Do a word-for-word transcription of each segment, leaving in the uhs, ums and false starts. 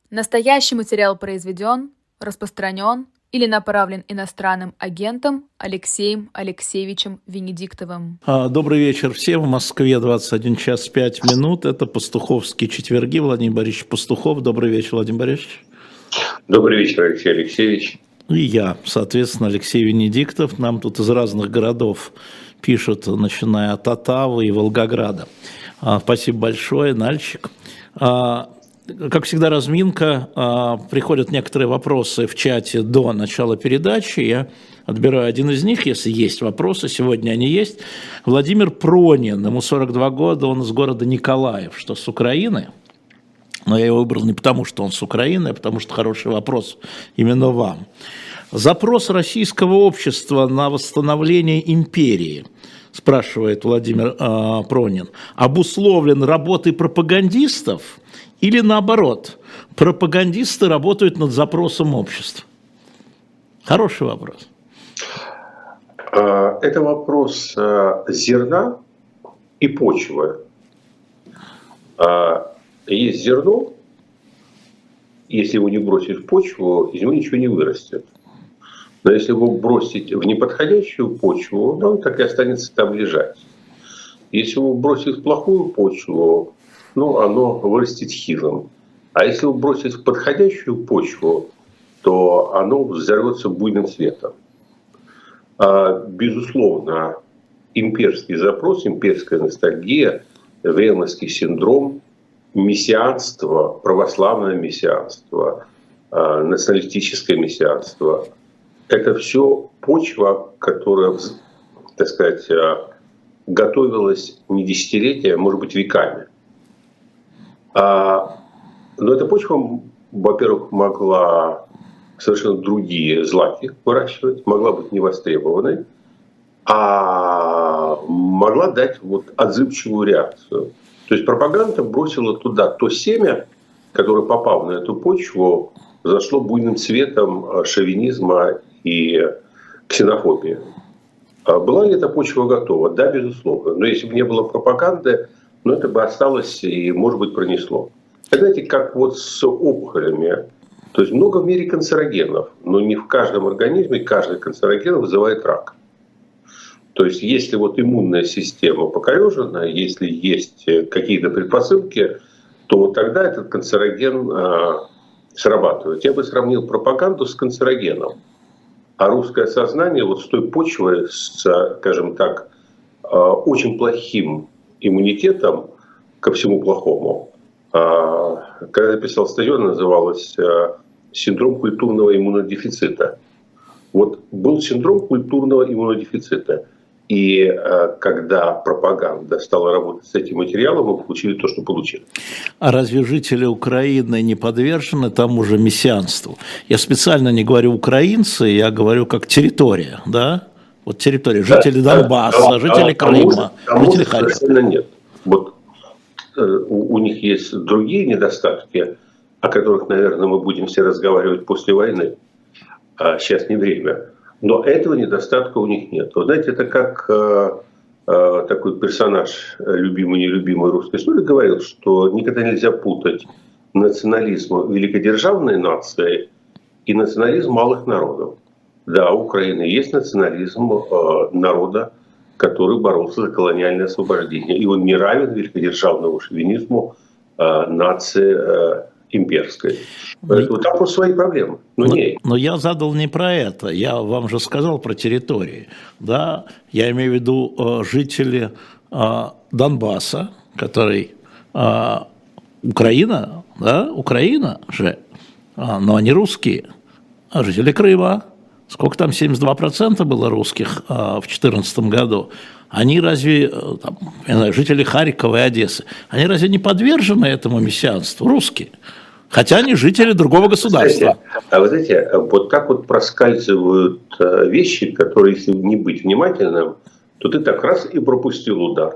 Настоящий материал произведен, распространен или направлен иностранным агентом Алексеем Алексеевичем Венедиктовым. Добрый вечер всем. В Москве двадцать один час пять минут. Это Пастуховские четверги. Владимир Борисович Пастухов. Добрый вечер, Владимир Борисович. Добрый вечер, Алексей Алексеевич. И я, соответственно, Алексей Венедиктов. Нам тут из разных городов пишут, начиная от Оттавы и Волгограда. Спасибо большое, Нальчик. Как всегда, разминка. Приходят некоторые вопросы в чате до начала передачи. Я отбираю один из них, если есть вопросы. Сегодня они есть. Владимир Пронин, ему сорок два года, он из города Николаев, что с Украины. Но я его выбрал не потому, что он с Украины, а потому что хороший вопрос именно вам. Запрос российского общества на восстановление империи, спрашивает Владимир э, Пронин, обусловлен работой пропагандистов или наоборот, пропагандисты работают над запросом общества? Хороший вопрос. Это вопрос зерна и почвы. Есть зерно, если его не бросить в почву, из него ничего не вырастет. Но если его бросить в неподходящую почву, ну, он так и останется там лежать. Если его бросить в плохую почву, ну, оно вырастет хилым. А если его бросить в подходящую почву, то оно взорвется буйным цветом. А, безусловно, имперский запрос, имперская ностальгия, веймарский синдром, мессианство, православное мессианство, а, националистическое мессианство – это все почва, которая, так сказать, готовилась не десятилетия, а может быть веками. А, но эта почва, во-первых, могла совершенно другие злаки выращивать, могла быть невостребованной, а могла дать вот отзывчивую реакцию. То есть пропаганда бросила туда то семя, которое, попав на эту почву, зашло буйным цветом шовинизма и ксенофобии. А была ли эта почва готова? Да, безусловно. Но если бы не было пропаганды, ну, это бы осталось и, может быть, пронесло. Знаете, как вот с опухолями. То есть много в мире канцерогенов, но не в каждом организме каждый канцероген вызывает рак. То есть если вот иммунная система покорежена, если есть какие-то предпосылки, то вот тогда этот канцероген э, срабатывает. Я бы сравнил пропаганду с канцерогеном. А русское сознание вот с той почвой, с, скажем так, э, очень плохим иммунитетом ко всему плохому. Когда я писал статью, называлась «Синдром культурного иммунодефицита». Вот был синдром культурного иммунодефицита. И когда пропаганда стала работать с этим материалом, мы получили то, что получили. А разве жители Украины не подвержены тому же мессианству? Я специально не говорю украинцы, я говорю как территория, да? Вот территория, жители да, Донбасса, да, жители а, Крыма, а жители Харькова. Совершенно нет. Вот э, у, у них есть другие недостатки, о которых, наверное, мы будем все разговаривать после войны. А сейчас не время. Но этого недостатка у них нет. Вы знаете, это как э, э, такой персонаж, любимый-нелюбимый русской истории, говорил, что никогда нельзя путать национализм великодержавной нации и национализм малых народов. Да, у Украины есть национализм э, народа, который боролся за колониальное освобождение. И он не равен великодержавному шовинизму э, нации э, имперской. Поэтому там просто свои проблемы. Но, но, не... но я задал не про это. Я вам же сказал про территории. Да? Я имею в виду э, жители э, Донбасса, который э, Украина, да? Украина же, э, но они русские. А жители Крыма. Сколько там, семьдесят два процента было русских а, в две тысячи четырнадцатом году? Они разве, там, я знаю, жители Харькова и Одессы, они разве не подвержены этому мессианству? Русские. Хотя они жители другого государства. А вы знаете, вот так вот проскальзывают вещи, которые, если не быть внимательным, то ты так раз и пропустил удар.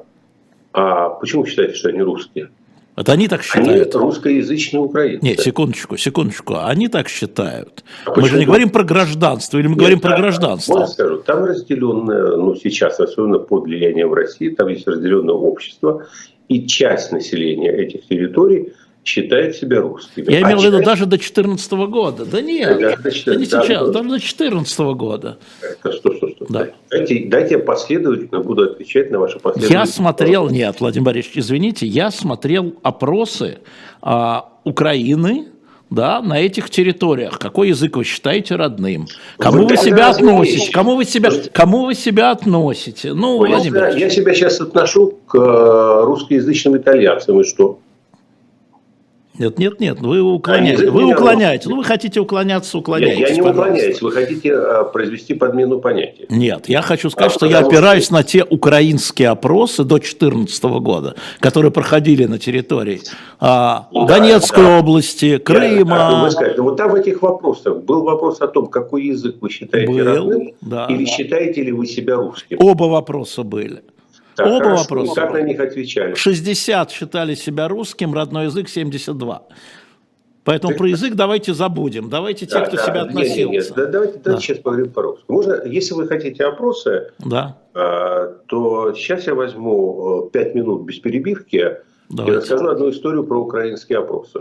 А почему вы считаете, что они русские? Вот они так считают. Они русскоязычные украинцы. Нет, секундочку, секундочку. Они так считают. А мы же не говорим про гражданство, или мы Нет, говорим про гражданство? Можно скажу, там разделенное, ну сейчас, особенно под влиянием России, там есть разделенное общество, и часть населения этих территорий считает себя русскими. Я имел в виду часть... даже до две тысячи четырнадцатого года. Да нет, да, да, да не да, сейчас, да, даже до две тысячи четырнадцатого года. Это что, что, что? Да. Дайте, дайте я последовательно буду отвечать на ваши последовательные Я смотрел, нет, Владимир Борисович, извините, я смотрел опросы а, Украины, да, на этих территориях. Какой язык вы считаете родным? Кому вы, вы себя относите? Кому вы себя, кому вы себя относите? Ну, Ой, Владимир я, я себя сейчас отношу к э, русскоязычным итальянцам, и что? Нет, нет, нет, вы уклоняете. Вы уклоняете. Ну, вы хотите уклоняться, уклоняетесь. Нет, я не пожалуйста. уклоняюсь. Вы хотите э, произвести подмену понятия. Нет, я хочу сказать, а, что я опираюсь что... на те украинские опросы до две тысячи четырнадцатого года, которые проходили на территории а, да, Донецкой да. области, Крыма. Я, вы сказали, вот там в этих вопросах был вопрос о том, какой язык вы считаете был, родным, да. или считаете ли вы себя русским. Оба вопроса были. Так, Оба хорошо. вопроса. Как на них отвечали? шестьдесят считали себя русским, родной язык семьдесят два. Поэтому так, про язык давайте забудем. Давайте да, те, кто да, себя относился. Нет, нет, нет. Давайте, давайте да. сейчас поговорим по-русски. Можно, если вы хотите опросы, да. то сейчас я возьму пять минут без перебивки давайте. и расскажу одну историю про украинские опросы.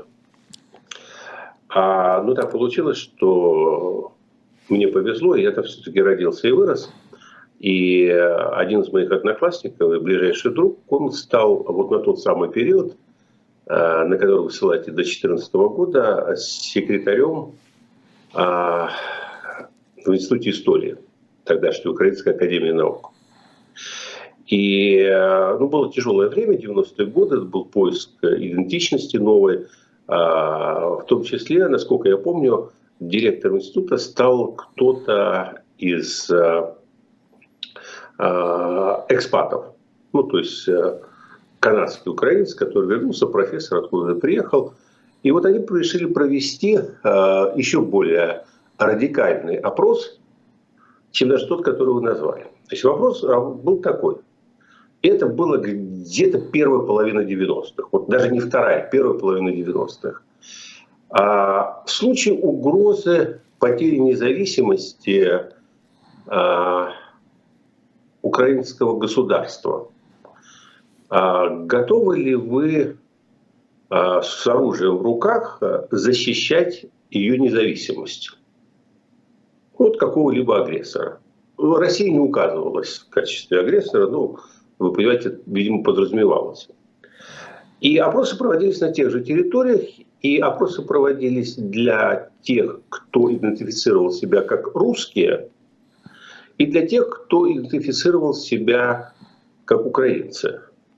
А, ну так получилось, что мне повезло, я там все-таки родился и вырос. И один из моих одноклассников и ближайший друг, он стал вот на тот самый период, на который вы ссылаете до две тысячи четырнадцатого года, секретарем в Институте истории, тогдашней Украинской академии наук. И ну, было тяжелое время, девяностые годы, это был поиск идентичности новой, в том числе, насколько я помню, директором института стал кто-то из экспатов, ну то есть канадский украинец, который вернулся, профессор откуда приехал, и вот они решили провести еще более радикальный опрос, чем даже тот, который вы назвали. То есть вопрос был такой. Это было где-то первая половина девяностых, вот даже не вторая, первая половина девяностых. А в случае угрозы потери независимости а, украинского государства, а, готовы ли вы а, с оружием в руках защищать ее независимость от какого-либо агрессора? Россия не указывалась в качестве агрессора, ну, вы понимаете, видимо, подразумевалось. И опросы проводились на тех же территориях, и опросы проводились для тех, кто идентифицировал себя как русские, и для тех, кто идентифицировал себя как украинцы.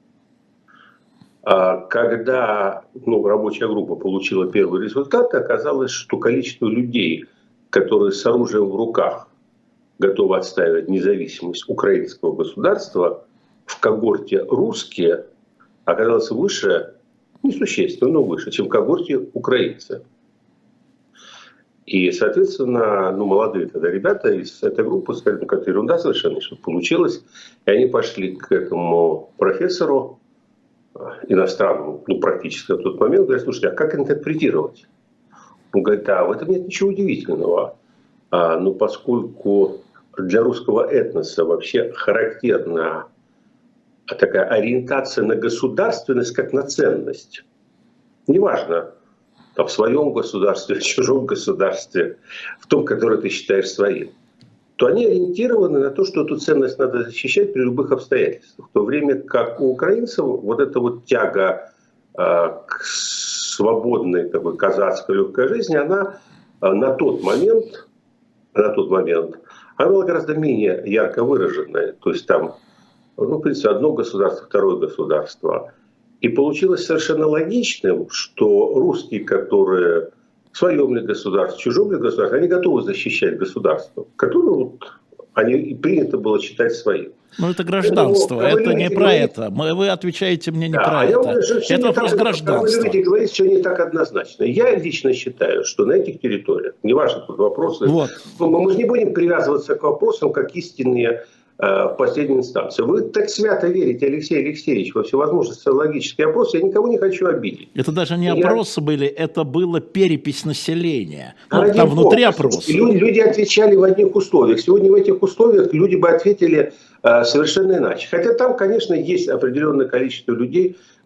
Когда ну, рабочая группа получила первые результаты, оказалось, что количество людей, которые с оружием в руках готовы отстаивать независимость украинского государства, в когорте русские оказалось выше, несущественно, но выше, чем в когорте украинцы. И, соответственно, ну, молодые тогда ребята из этой группы сказали, ну, какая-то ерунда совершенно, что получилось. И они пошли к этому профессору иностранному, ну, практически в тот момент, говорят, слушайте, а как интерпретировать? Он говорит, а в этом нет ничего удивительного. А, ну, поскольку для русского этноса вообще характерна такая ориентация на государственность как на ценность. Неважно, там, в своем государстве, в чужом государстве, в том, которое ты считаешь своим, то они ориентированы на то, что эту ценность надо защищать при любых обстоятельствах. В то время как у украинцев вот эта вот тяга э, к свободной такой казацкой легкой жизни, она э, на тот момент, на тот момент, она была гораздо менее ярко выраженная. То есть там, ну, в принципе, одно государство, второе государство. И получилось совершенно логичным, что русские, которые в своем ли государстве, в чужом ли государстве, они готовы защищать государство, которое вот, они и принято было считать своим. Ну, это гражданство, это, это не про это. Вы отвечаете мне не да, про это. Говорю, это вопрос так, гражданства. Вы любите говорить, что не так однозначно. Я лично считаю, что на этих территориях, неважно, тут вопросы, вот. мы, мы же не будем привязываться к вопросам, как истинные в последней инстанции. Вы так свято верите, Алексей Алексеевич, во всевозможные социологические опросы. Я никого не хочу обидеть. Это даже не опросы я... были, это была перепись населения. Ну, там внутри опроса. Люди, люди отвечали в одних условиях. Сегодня в этих условиях люди бы ответили э, совершенно иначе. Хотя там, конечно, есть определенное количество людей,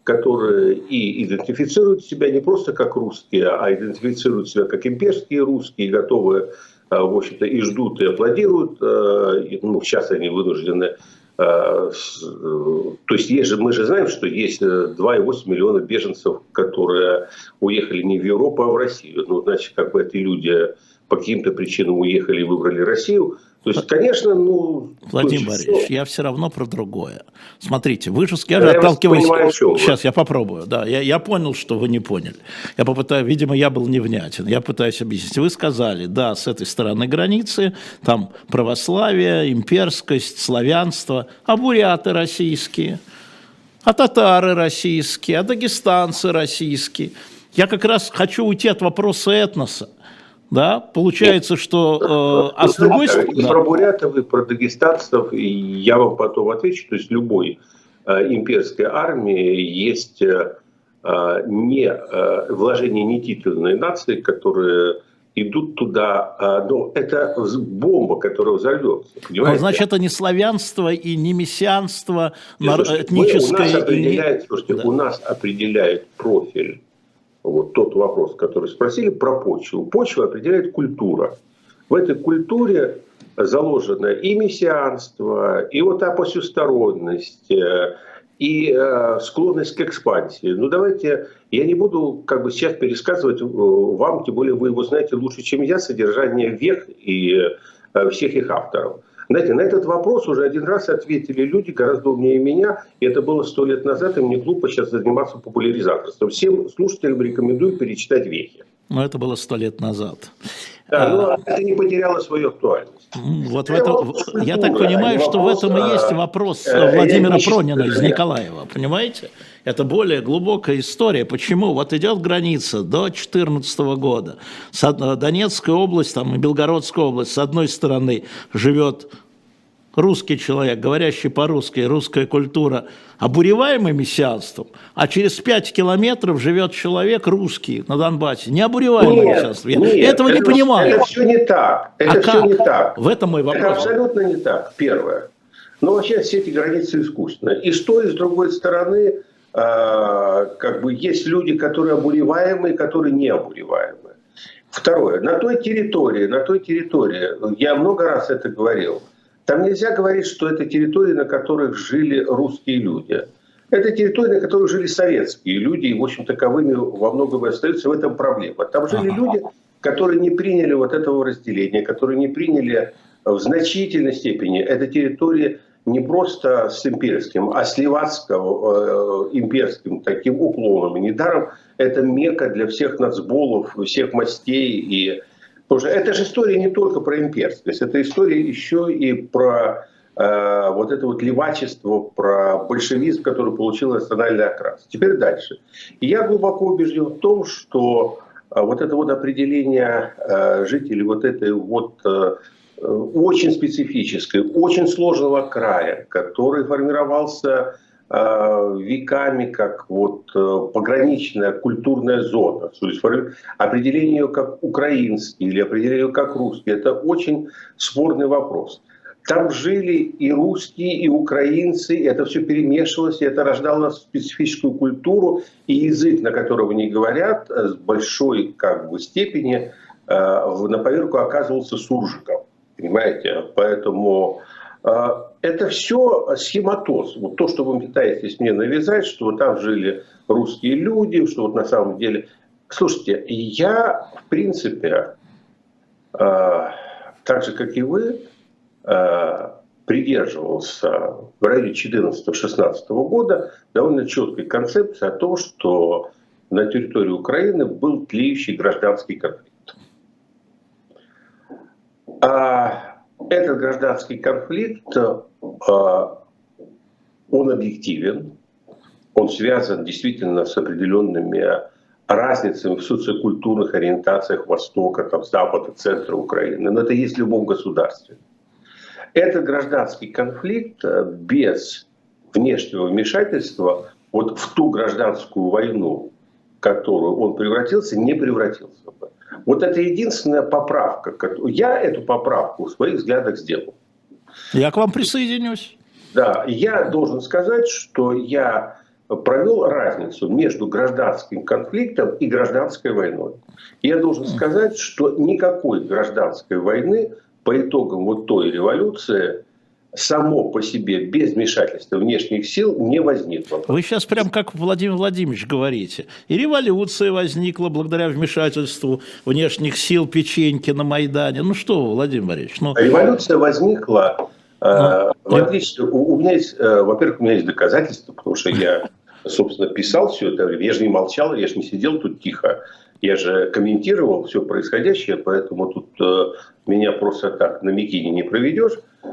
которые и идентифицируют себя не просто как русские, а идентифицируют себя как имперские русские, готовы, в общем-то, и ждут, и аплодируют. Ну, сейчас они вынуждены. То есть, есть же, мы же знаем, что есть два и восемь миллиона беженцев, которые уехали не в Европу, а в Россию. Ну, значит, как бы эти люди по каким-то причинам уехали и выбрали Россию. То есть, конечно, ну... Владимир Борисович, все. Я все равно про другое. Смотрите, вы же, я же отталкиваюсь... Понимаю, Сейчас я попробую. Да, я, я понял, что вы не поняли. Я попытаюсь, видимо, я был невнятен. Я пытаюсь объяснить. Вы сказали, да, с этой стороны границы, там православие, имперскость, славянство, а буряты российские, а татары российские, а дагестанцы российские. Я как раз хочу уйти от вопроса этноса. Да, получается, что... Э, а с другой стороны... И да. Про бурятов, и про дагестанцев я вам потом отвечу. То есть любой э, имперской армии есть э, не э, вложение не титульной нации, которые идут туда. Э, но это бомба, которая взорвется. Ну, значит, это не славянство и не мессианство слушайте, этническое. Мы, у, нас определяет, и... слушайте, да. у нас определяет профиль. Вот тот вопрос, который спросили про почву. Почва определяет культура. В этой культуре заложено и мессианство, и вот апостолсторонность, и э, склонность к экспансии. Ну давайте, я не буду как бы сейчас пересказывать вам, тем более вы его знаете лучше, чем я, содержание вех и э, всех их авторов. Знаете, на этот вопрос уже один раз ответили люди гораздо умнее меня, и это было сто лет назад, и мне глупо сейчас заниматься популяризаторством. Всем слушателям рекомендую перечитать вехи. Но это было сто лет назад. Да, но а... это не потеряло свою актуальность. Вот в этом, я так понимаю, что вопрос, в этом и есть вопрос а, Владимира Пронина из Николаева, понимаете? Это более глубокая история. Почему? Вот идет граница до две тысячи четырнадцатого года. Донецкая область там, и Белгородская область, с одной стороны, живет русский человек, говорящий по-русски, русская культура, обуреваемый мессианством, а через пять километров живет человек русский на Донбассе, не обуреваемый мессианством. Я нет, этого это, не понимаю. Это все не так. Это а все как? не так. В этом мой вопрос. Это абсолютно не так, первое. Но вообще все эти границы искусственные. И с той, и с другой стороны, э, как бы есть люди, которые обуреваемые, которые не обуреваемые. Второе. На той территории, на той территории, я много раз это говорил, там нельзя говорить, что это территории, на которых жили русские люди. Это территории, на которых жили советские люди, и, в общем, таковыми во многом и остаются. В этом проблема. Там жили люди, которые не приняли вот этого разделения, которые не приняли в значительной степени. Это территории не просто с имперским, а с левацко-имперским таким уклоном. И недаром это мекка для всех нацболов, всех мастей и... Потому что это же история не только про имперскость, это история еще и про э, вот это вот левачество, про большевизм, который получил национальный окрас. Теперь дальше. И я глубоко убежден в том, что э, вот это вот определение э, жителей вот этой вот э, очень специфической, очень сложного края, который формировался веками как вот пограничная культурная зона. То есть определение ее как украинский или определение ее как русский – это очень спорный вопрос. Там жили и русские, и украинцы, и это все перемешивалось, и это рождало специфическую культуру, и язык, на котором они говорят, с большой как бы степени на поверку оказывался суржиком. Понимаете? Поэтому... Это все схематоз. Вот то, что вы пытаетесь мне навязать, что вот там жили русские люди, что вот на самом деле... Слушайте, я, в принципе, так же, как и вы, придерживался в районе четырнадцатого-шестнадцатого года довольно четкой концепции о том, что на территории Украины был тлеющий гражданский конфликт. Этот гражданский конфликт, он объективен, он связан действительно с определенными разницами в социокультурных ориентациях Востока, там, Запада, центра Украины. Но это есть в любом государстве. Этот гражданский конфликт без внешнего вмешательства вот в ту гражданскую войну, в которую он превратился, не превратился бы. Вот это единственная поправка. Я эту поправку в своих взглядах сделал. Я к вам присоединюсь. Да, я должен сказать, что я провел разницу между гражданским конфликтом и гражданской войной. Я должен сказать, что никакой гражданской войны по итогам вот той революции само по себе, без вмешательства внешних сил, не возникло. Вы сейчас прям как Владимир Владимирович говорите. И революция возникла благодаря вмешательству внешних сил, печеньки на Майдане. Ну что вы, Владимир Борисович? Ну... Революция возникла... Ну, в отличие, у, у меня есть, во-первых, у меня есть доказательства, потому что я, собственно, писал все это время. Я же не молчал, я же не сидел тут тихо. Я же комментировал все происходящее, поэтому тут э, меня просто так на мякине не проведешь.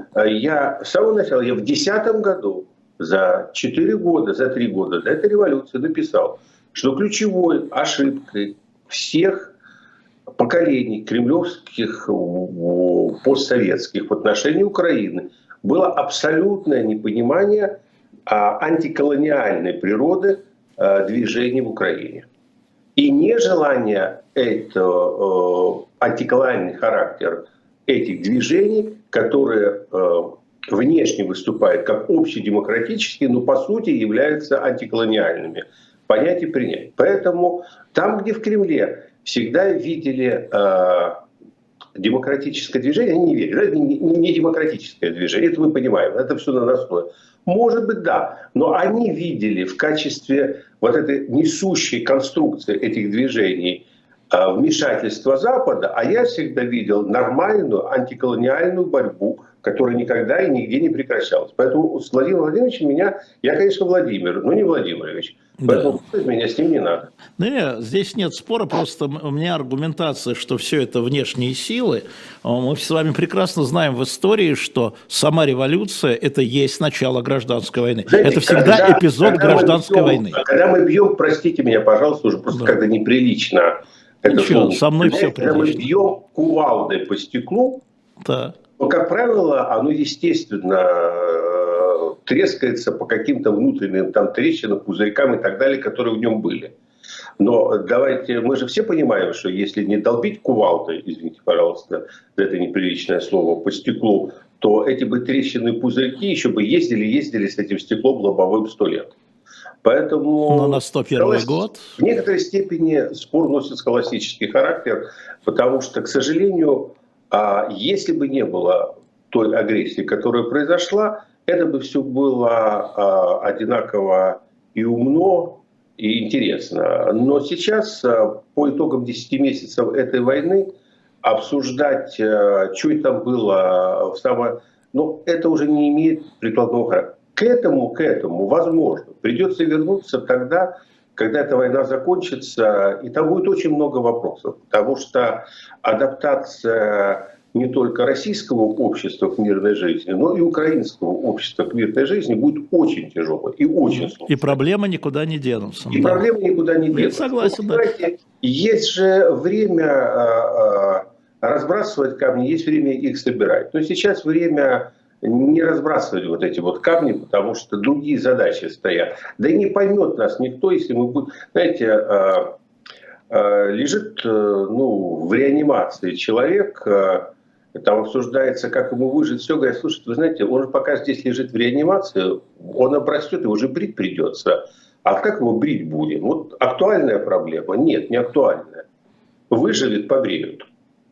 Я с самого начала, я в две тысячи десятом году, за четыре года, за три года до этой революции написал, что ключевой ошибкой всех поколений кремлевских, постсоветских в отношении Украины было абсолютное непонимание антиколониальной природы движений в Украине. И нежелание этого, э, антиколониальный характер этих движений, которые э, внешне выступают как общедемократические, но по сути являются антиколониальными. Понять и принять. Поэтому там, где в Кремле всегда видели э, демократическое движение, они не верили. Это не, не демократическое движение, это мы понимаем, это все наносное. Может быть, да, но они видели в качестве вот этой несущей конструкции этих движений э, вмешательство Запада, а я всегда видел нормальную антиколониальную борьбу, которая никогда и нигде не прекращалась. Поэтому с Владимиром Владимировичем меня, я, конечно, Владимир, но не Владимирович. Поэтому да. Меня с ним не надо. Ну, нет, здесь нет спора, просто у меня аргументация, что все это внешние силы. Мы с вами прекрасно знаем в истории, что сама революция – это есть начало гражданской войны. Знаете, это всегда когда, эпизод когда гражданской бьем, войны. Когда мы бьем, простите меня, пожалуйста, уже просто да. Когда неприлично. Ничего, со мной все прилично. Когда мы бьем кувалдой по стеклу, да. Но, как правило, оно, естественно, трескается по каким-то внутренним там, трещинам, пузырькам и так далее, которые в нем были. Но давайте, мы же все понимаем, что если не долбить кувалдой, извините, пожалуйста, это неприличное слово, по стеклу, то эти бы трещины и пузырьки еще бы ездили-ездили с этим стеклом лобовым сто лет. Поэтому но на сто первый год в некоторой степени спор носит схоластический характер, потому что, к сожалению, а если бы не было той агрессии, которая произошла, это бы все было а, одинаково и умно, и интересно. Но сейчас, а, по итогам десяти месяцев этой войны, обсуждать, а, что это было, в само... ну, это уже не имеет прикладного характера. К этому, к этому, возможно, придется вернуться тогда, когда эта война закончится, и там будет очень много вопросов, потому что адаптация не только российского общества к мирной жизни, но и украинского общества к мирной жизни будет очень тяжелой и очень сложной. И проблемы никуда не денутся. И да. проблемы никуда не денутся. Я согласен, ну, знаете, есть же время а, а, разбрасывать камни, есть время их собирать. Но сейчас время не разбрасывать вот эти вот камни, потому что другие задачи стоят. Да и не поймет нас никто, если мы будем... Знаете, а, а, лежит ну, в реанимации человек, а, там обсуждается, как ему выжить, все, говорят, слушайте, вы знаете, он же пока здесь лежит в реанимации, он обрастет, его же брить придется. А как его брить будем? Вот актуальная проблема? Нет, не актуальная. Выживет, побреют.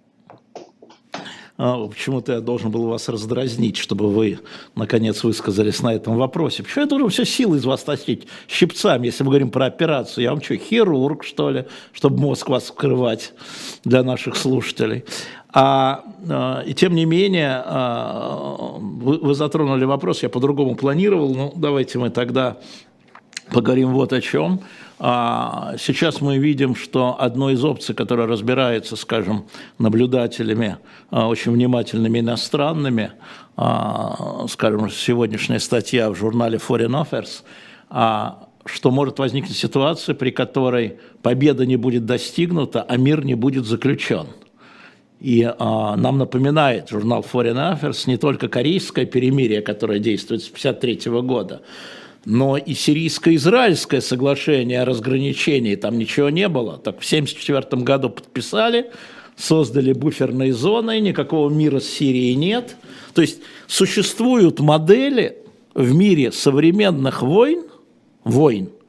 А, почему-то я должен был вас раздразнить, чтобы вы, наконец, высказались на этом вопросе. Почему я должен все силы из вас тащить щипцами, если мы говорим про операцию? Я вам что, хирург, что ли, чтобы мозг вас вскрывать для наших слушателей? А, и тем не менее, вы, вы затронули вопрос, я по-другому планировал, ну давайте мы тогда поговорим вот о чем. Сейчас мы видим, что одной из опций, которая разбирается, скажем, наблюдателями очень внимательными иностранными, скажем, сегодняшняя статья в журнале Foreign Affairs, что может возникнуть ситуация, при которой победа не будет достигнута, а мир не будет заключен. И а, нам напоминает журнал Foreign Affairs не только корейское перемирие, которое действует с тысяча девятьсот пятьдесят третьего года, но и сирийско-израильское соглашение о разграничении, там ничего не было. Так в тысяча девятьсот семьдесят четвёртом году подписали, создали буферные зоны, никакого мира с Сирией нет. То есть существуют модели в мире современных войн, войн,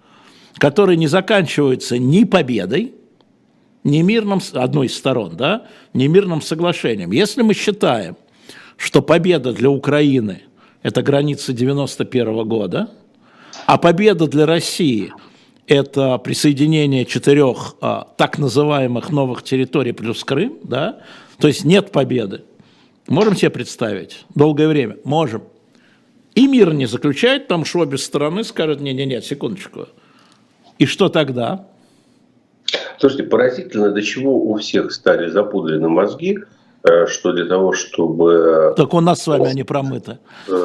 которые не заканчиваются ни победой, ни мирным, одной из сторон, да, ни мирным соглашением. Если мы считаем, что победа для Украины – это граница девяносто первого года, а победа для России – это присоединение четырех а, так называемых новых территорий плюс Крым, да, то есть нет победы. Можем себе представить? Долгое время? Можем. И мир не заключает, потому что обе стороны скажут, не-не-не, секундочку. И что тогда? Слушайте, поразительно, до чего у всех стали запудрены мозги, что для того, чтобы... Так у нас с вами они промыты.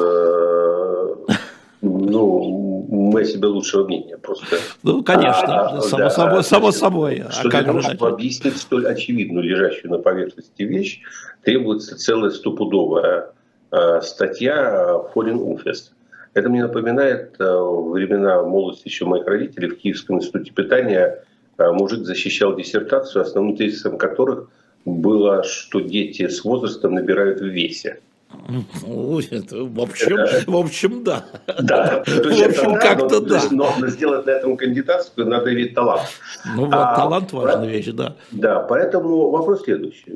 Ну, мы о себе лучшего мнения просто. Ну, конечно, а, само, да, собой, само собой. Что а для того, чтобы объяснить столь очевидную, лежащую на поверхности вещь, требуется целая стопудовая э, статья Foreign Office. Это мне напоминает э, времена молодости еще моих родителей в Киевском институте питания. Э, мужик защищал диссертацию, основным тезисом которых было, что дети с возрастом набирают в весе. Ну, это, в, общем, это, в общем, да. Да, в общем, как-то да. Но, но сделать на этом кандидатскую надо иметь талант. Ну, вот а, талант важная вещь, да. Да, поэтому вопрос следующий.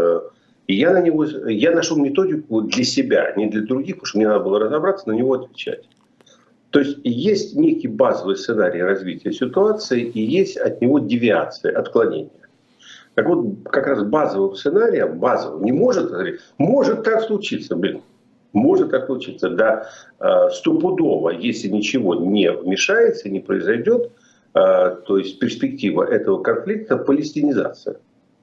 Я на него, я нашел методику для себя, не для других, потому что мне надо было разобраться, на него отвечать. То есть есть некий базовый сценарий развития ситуации и есть от него девиация, отклонение. Так вот, как раз базовым сценарием, базовым, не может, может так случиться, блин, может так случиться, да, стопудово, если ничего не вмешается, не произойдет, то есть перспектива этого конфликта – палестинизация.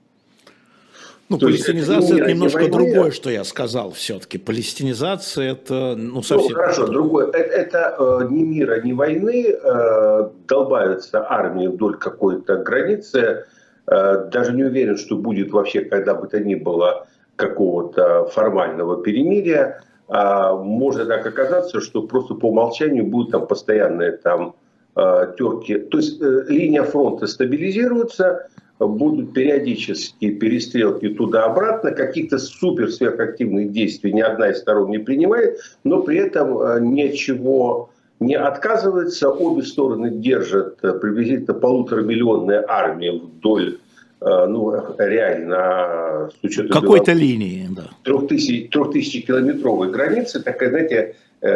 Ну, то палестинизация – это немножко войны, другое, что я сказал все-таки. Палестинизация – это, ну, совсем… Ну, хорошо, другое. Это, это ни мира, ни войны, долбаются армии вдоль какой-то границы. Даже не уверен, что будет вообще когда бы то ни было какого-то формального перемирия. Может так оказаться, что просто по умолчанию будут там постоянные там терки. То есть линия фронта стабилизируется, будут периодические перестрелки туда-обратно, каких-то супер сверхактивных действий ни одна из сторон не принимает, но при этом ничего не отказывается. Обе стороны держат приблизительно полуторамиллионные армии вдоль, ну, реально, с учетом какой-то линии, да. трехтысячекилометровой границы, такая, знаете,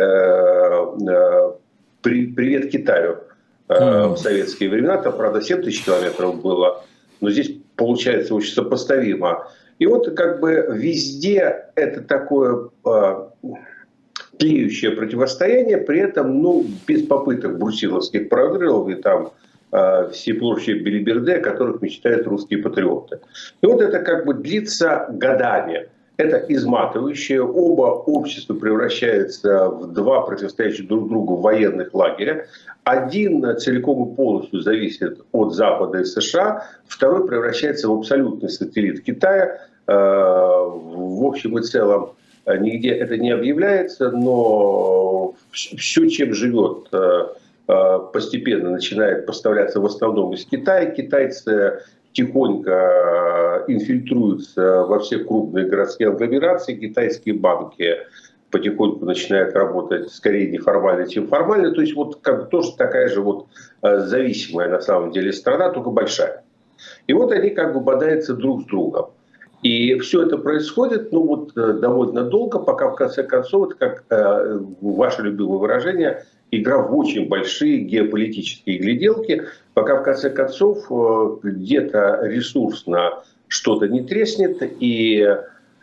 привет Китаю в советские времена, там, правда, семь тысяч километров было, но здесь получается очень сопоставимо. И вот как бы везде это такое тлеющее противостояние, при этом, ну, без попыток брусиловских прорывов и там э, все прочие белиберды, о которых мечтают русские патриоты. И вот это как бы длится годами. Это изматывающее. Оба общества превращаются в два противостоящих друг другу военных лагеря. Один целиком и полностью зависит от Запада и США, второй превращается в абсолютный сателлит Китая. Э, в общем и целом, нигде это не объявляется, но все, чем живет, постепенно начинает поставляться в основном из Китая. Китайцы тихонько инфильтруются во все крупные городские агломерации. Китайские банки потихоньку начинают работать скорее неформально, чем формально. То есть вот как бы тоже такая же вот зависимая на самом деле страна, только большая. И вот они как бы бодаются друг с другом. И все это происходит, ну вот, довольно долго, пока в конце концов, это как э, ваше любимое выражение, игра в очень большие геополитические гляделки, пока в конце концов э, где-то ресурсно что-то не треснет, и э,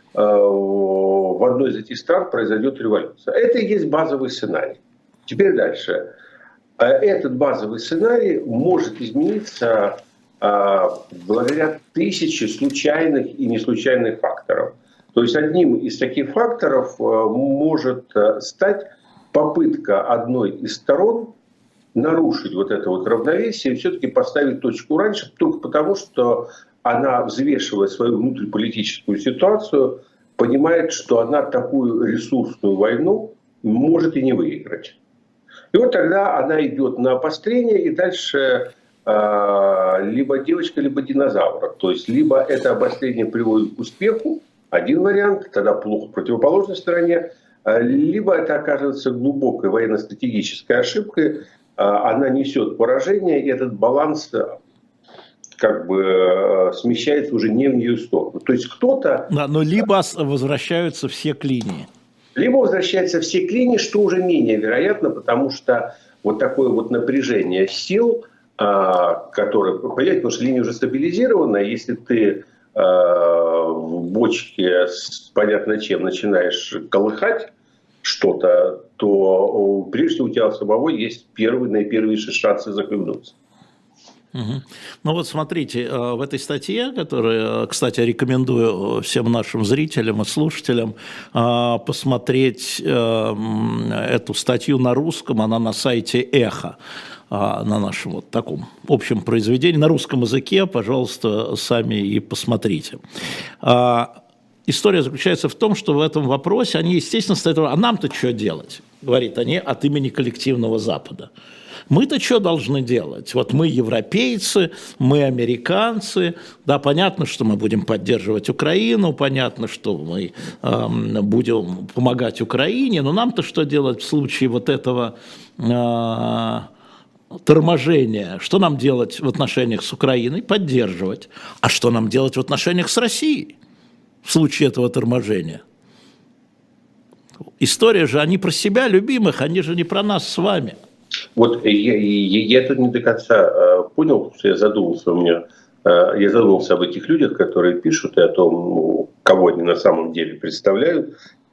в одной из этих стран произойдет революция. Это и есть базовый сценарий. Теперь дальше. Этот базовый сценарий может измениться благодаря тысяче случайных и неслучайных факторов. То есть одним из таких факторов может стать попытка одной из сторон нарушить вот это вот равновесие и все-таки поставить точку раньше, только потому, что она, взвешивая свою внутриполитическую ситуацию, понимает, что она такую ресурсную войну может и не выиграть. И вот тогда она идет на обострение, и дальше либо девочка, либо динозавр. То есть либо это обострение приводит к успеху, один вариант, тогда плохо в противоположной стороне, либо это оказывается глубокой военно-стратегической ошибкой, она несет поражение, и этот баланс как бы смещается уже не в ее сторону. То есть кто-то... Да, но либо возвращаются все к линии. Либо возвращаются все к линии, что уже менее вероятно, потому что вот такое вот напряжение сил, которое, понимаете, потому что линия уже стабилизирована, если ты в бочке с понятно чем начинаешь колыхать что-то, то прежде у тебя самого есть первый, наипервейшие шансы захлебнуться. Угу. Ну вот смотрите, в этой статье, которую, кстати, рекомендую всем нашим зрителям и слушателям посмотреть эту статью на русском, она на сайте «Эхо», на нашем вот таком общем произведении, на русском языке, пожалуйста, сами и посмотрите. История заключается в том, что в этом вопросе они, естественно, стоят, а нам-то что делать, говорит они от имени коллективного Запада. Мы-то что должны делать? Вот мы европейцы, мы американцы, да, понятно, что мы будем поддерживать Украину, понятно, что мы э, будем помогать Украине, но нам-то что делать в случае вот этого э, торможения? Что нам делать в отношениях с Украиной? Поддерживать. А что нам делать в отношениях с Россией в случае этого торможения? История же, они про себя любимых, они же не про нас с вами. Вот я, я, я тут не до конца э, понял, потому что я задумался, у меня, э, я задумался об этих людях, которые пишут, и о том, ну, кого они на самом деле представляют,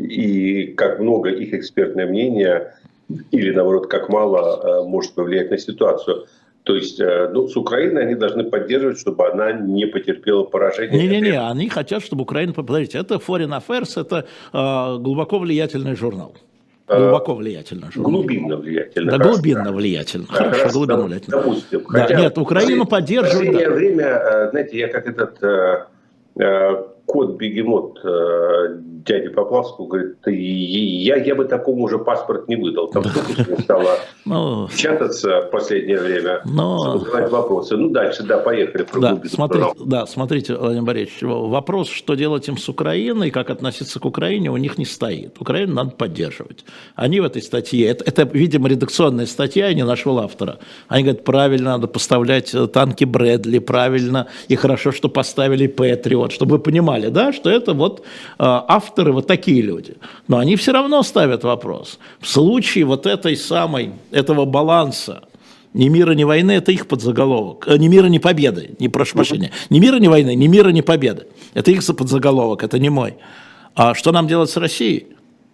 и как много их экспертное мнение, или наоборот, как мало э, может повлиять на ситуацию. То есть, э, ну, с Украиной они должны поддерживать, чтобы она не потерпела поражение. Не-не-не, они хотят, чтобы Украина... Подождите, это Foreign Affairs, это э, глубоко влиятельный журнал. Глубоко влиятельно. Глубинно влиятельно. Да, глубинно влиятельно. Да, Хорошо, хорошо, глубинно влиятельно. Допустим. Да, Хотя нет, Украину поддерживают. В последнее да. время, знаете, я как этот э, э, кот-бегемот э, дяди Поплавского говорит, я, я бы такому уже паспорт не выдал. Там столько стало но... печататься в последнее время, но... задавать вопросы. Ну, дальше, да, поехали. Да, смотрите, да, смотрите, Владимир Борисович, вопрос, что делать им с Украиной, как относиться к Украине, у них не стоит. Украину надо поддерживать. Они в этой статье, это, это видимо, редакционная статья, не нашего автора. Они говорят, правильно, надо поставлять танки Брэдли, правильно, и хорошо, что поставили Патриот, чтобы вы понимали, да, что это вот автор вот такие люди. Но они все равно ставят вопрос. В случае вот этой самой, этого баланса ни мира, ни войны, это их подзаголовок. Ни мира, ни победы. Не прошу прощения. Ни мира, ни войны, ни мира, ни победы. Это их подзаголовок, это не мой. А что нам делать с Россией?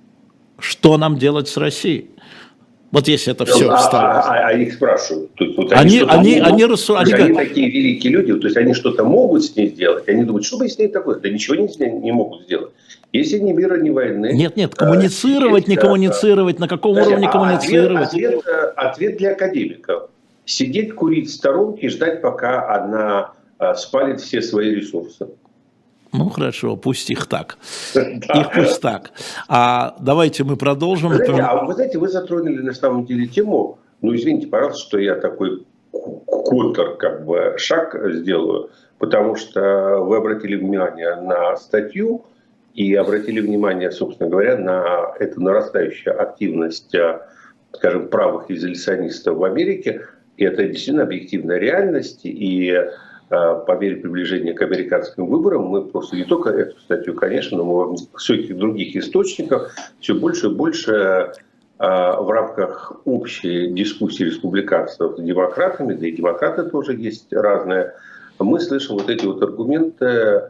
Что нам делать с Россией? Вот если это все а, вставить. А, а, а их спрашивают. То есть, вот они, они, они, могут, они, рассу... они, они, они такие великие люди, то есть они что-то могут с ней сделать. Они думают, что бы с ней такое? Да ничего не, не могут сделать. Если ни мира, ни войны... Нет, нет, коммуницировать, не коммуницировать, на каком Подожди, уровне коммуницировать? Ответ, ответ, ответ для академиков. Сидеть, курить в сторонке и ждать, пока она спалит все свои ресурсы. Ну, хорошо, пусть их так. Их пусть так. А давайте мы продолжим. Вы знаете, а вы знаете, вы затронули на самом деле тему, ну, извините, пожалуйста, что я такой контр, как бы, шаг сделаю, потому что вы обратили внимание на статью, и обратили внимание, собственно говоря, на эту нарастающую активность, скажем, правых изоляционистов в Америке. И это действительно объективная реальность. И по мере приближения к американским выборам мы просто не только эту статью, конечно, но мы в всяких других источниках все больше и больше в рамках общей дискуссии республиканцев с демократами, да и демократы тоже есть разные, мы слышим вот эти вот аргументы,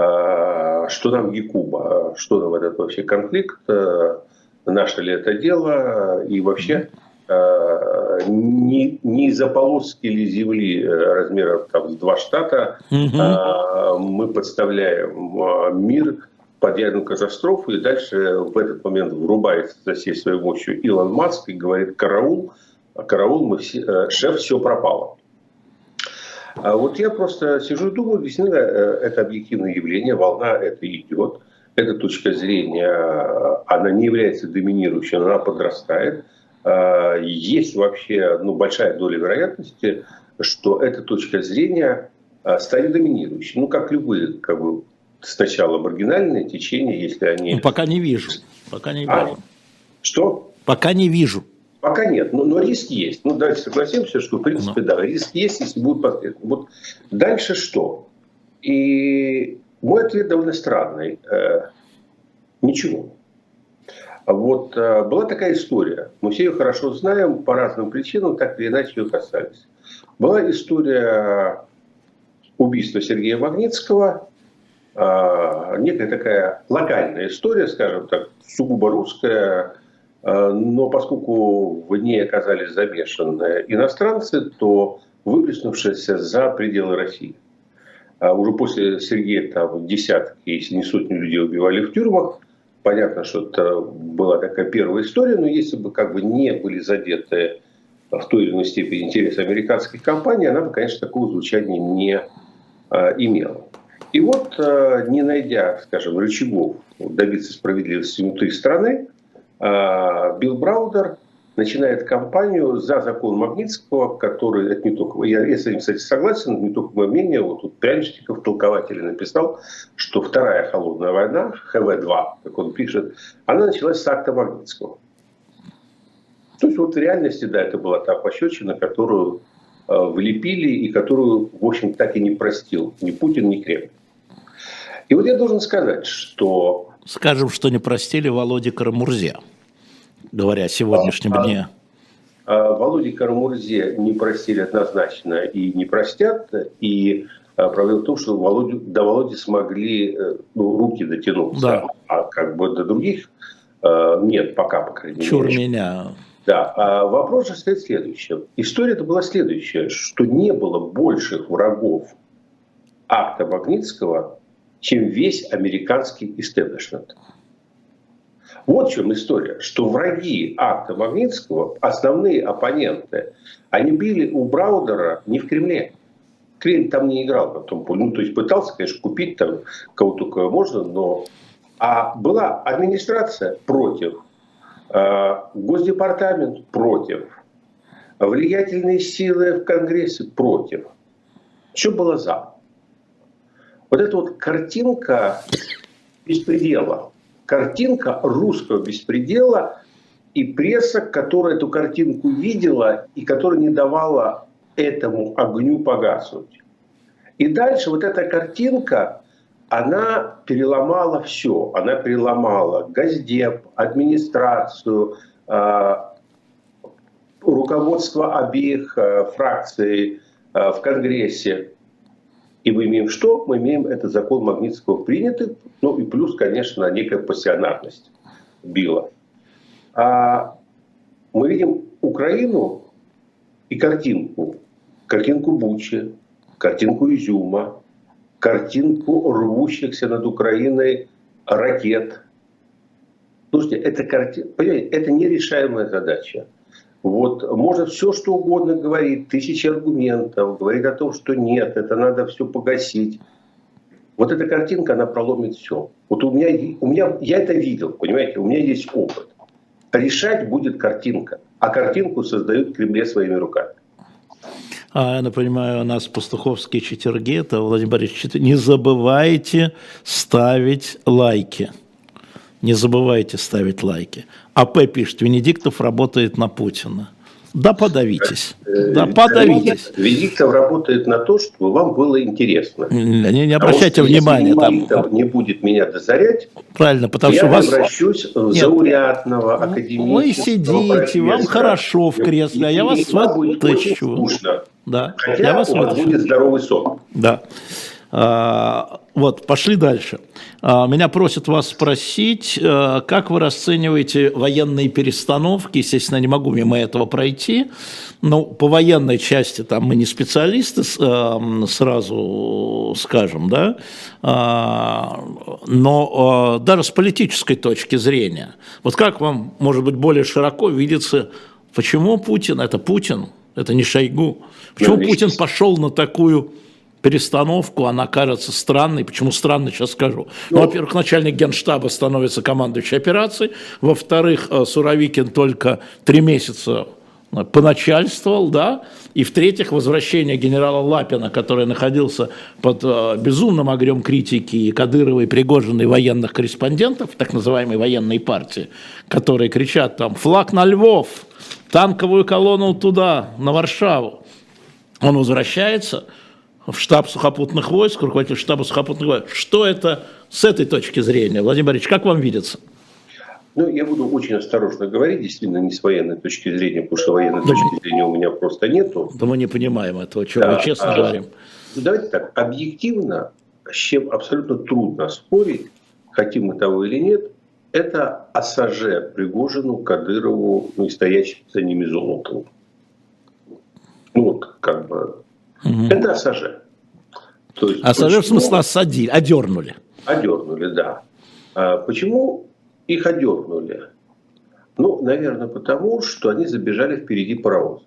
что нам Якуба, что нам этот вообще конфликт, наше ли это дело, и вообще не, не из-за полоски ли земли размером там, с два штата mm-hmm. мы подставляем мир под ядерную катастрофу, и дальше в этот момент врубается со всей своей мощью Илон Маск и говорит: караул, караул, мы все, шеф, все пропало. А вот я просто сижу и думаю, действительно, это объективное явление, волна это идет, эта точка зрения, она не является доминирующей, она подрастает. Есть вообще ну, большая доля вероятности, что эта точка зрения станет доминирующей. Ну, как любые, как бы, сначала маргинальные течения, если они... Ну, пока не вижу. Пока не а? вижу. Что? Пока не вижу. Пока нет, но, но риск есть. Ну, давайте согласимся, что, в принципе, да, риск есть, если будут последствия. Вот дальше что? И мой ответ довольно странный. Ничего. Вот была такая история. Мы все ее хорошо знаем, по разным причинам, так или иначе ее касались. Была история убийства Сергея Магнитского. Некая такая локальная история, скажем так, сугубо русская. Но поскольку в ней оказались замешаны иностранцы, то выплеснувшиеся за пределы России. Уже после Сергея там десятки, если не сотни людей убивали в тюрьмах. Понятно, что это была такая первая история, но если бы как бы не были задеты в той или иной степени интересы американской компании, она бы, конечно, такого звучания не а, имела. И вот, а, не найдя, скажем, рычагов добиться справедливости внутри страны, а, Билл Браудер начинает кампанию за закон Магнитского, который, это не только, я, я с этим, кстати, согласен, не только мое мнение, вот тут Пряничников, толкователь, написал, что вторая холодная война, Х В два, как он пишет, она началась с акта Магнитского. То есть вот в реальности, да, это была та пощечина, которую э, влепили и которую, в общем, так и не простил ни Путин, ни Кремль. И вот я должен сказать, что... Скажем, что не простили Володе Карамурзе, говоря о сегодняшнем а, дне. А, а, Володе Карамурзе не простили однозначно и не простят. И а, проблема в том, что Володю, до Володи смогли ну, руки дотянуться, да. А как бы до других а, нет, пока, по крайней мере. Чур меня. Да, а вопрос же стоит следующим. История-то была следующая, что не было больших врагов акта Магнитского, чем весь американский истеблишмент. Вот в чем история, что враги акта Магнитского, основные оппоненты, они были у Браудера не в Кремле. Кремль там не играл на том поле. Ну, то есть пытался, конечно, купить там кого только можно, но... А была администрация против, Госдепартамент против, влиятельные силы в Конгрессе против. Что было за? Вот эта вот картинка беспредела, картинка русского беспредела и пресса, которая эту картинку видела и которая не давала этому огню погаснуть. И дальше вот эта картинка, она переломала все. Она переломала Госдеп, администрацию, руководство обеих фракций в Конгрессе. И мы имеем что? Мы имеем этот закон Магнитского принятый, ну и плюс, конечно, некая пассионарность Билла. А мы видим Украину и картинку. Картинку Бучи, картинку Изюма, картинку рвущихся над Украиной ракет. Слушайте, это, карти... понимаете, это нерешаемая задача. Вот, можно все, что угодно говорить, тысячи аргументов, говорить о том, что нет, это надо все погасить. Вот эта картинка, она проломит все. Вот у меня, у меня, я это видел, понимаете, у меня есть опыт. Решать будет картинка, а картинку создают в Кремле своими руками. А, я напоминаю, у нас пастуховские четверги, это Владимир Борисович, не забывайте ставить лайки. Не забывайте ставить лайки. АП пишет, Венедиктов работает на Путина. Да подавитесь. Да подавитесь. Венедиктов работает на то, чтобы вам было интересно. Не, не обращайте внимания. Если там не будет меня дозарять, правильно, потому я что вас... превращусь в заурядного академического... Вы сидите, вам хорошо в кресле, а я вас вытащу. Да. Хотя я вас у вас будет здоровый сон. Да. А, вот, пошли дальше. А, меня просят вас спросить, а, как вы расцениваете военные перестановки? Естественно, не могу мимо этого пройти. Но по военной части там мы не специалисты, а, сразу скажем, да. А, но а, даже с политической точки зрения, вот как вам, может быть, более широко видится, почему Путин, это Путин, это не Шойгу, почему да, Путин пошел на такую перестановку, она кажется странной. Почему странной, сейчас скажу. Ну, ну, во-первых, начальник Генштаба становится командующей операцией. Во-вторых, Суровикин только три месяца поначальствовал, да. И в-третьих, возвращение генерала Лапина, который находился под безумным огнем критики и Кадырова, и Пригожина, и военных корреспондентов, так называемой военной партии, которые кричат там «флаг на Львов», танковую колонну туда, на Варшаву. Он возвращается в штаб сухопутных войск, руководитель штаба сухопутных войск. Что это с этой точки зрения? Владимир Борисович, как вам видится? Ну, я буду очень осторожно говорить, действительно, не с военной точки зрения, потому что военной точки зрения у меня просто нету. Да мы не понимаем этого, чего да, мы честно а, говорим. Давайте так, объективно, с чем абсолютно трудно спорить, хотим мы того или нет, это ОСЖ Пригожину, Кадырову, ну и стоящим за ними Золотову. Ну вот, как бы, угу. Это ОСЖ. То есть, ОСЖ почему... в смысле осадили, одернули. Одернули, да. А почему их одернули? Ну, наверное, потому, что они забежали впереди паровоза.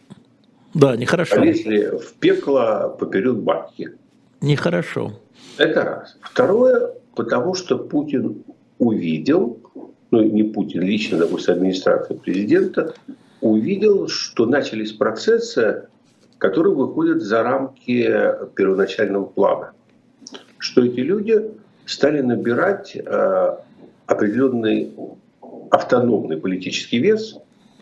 Да, нехорошо. Полезли в пекло поперед бабки. Нехорошо. Это раз. Второе, потому что Путин увидел, ну не Путин лично, допустим, администрация президента, увидел, что начались процессы, которые выходят за рамки первоначального плана. Что эти люди стали набирать э, определенный автономный политический вес,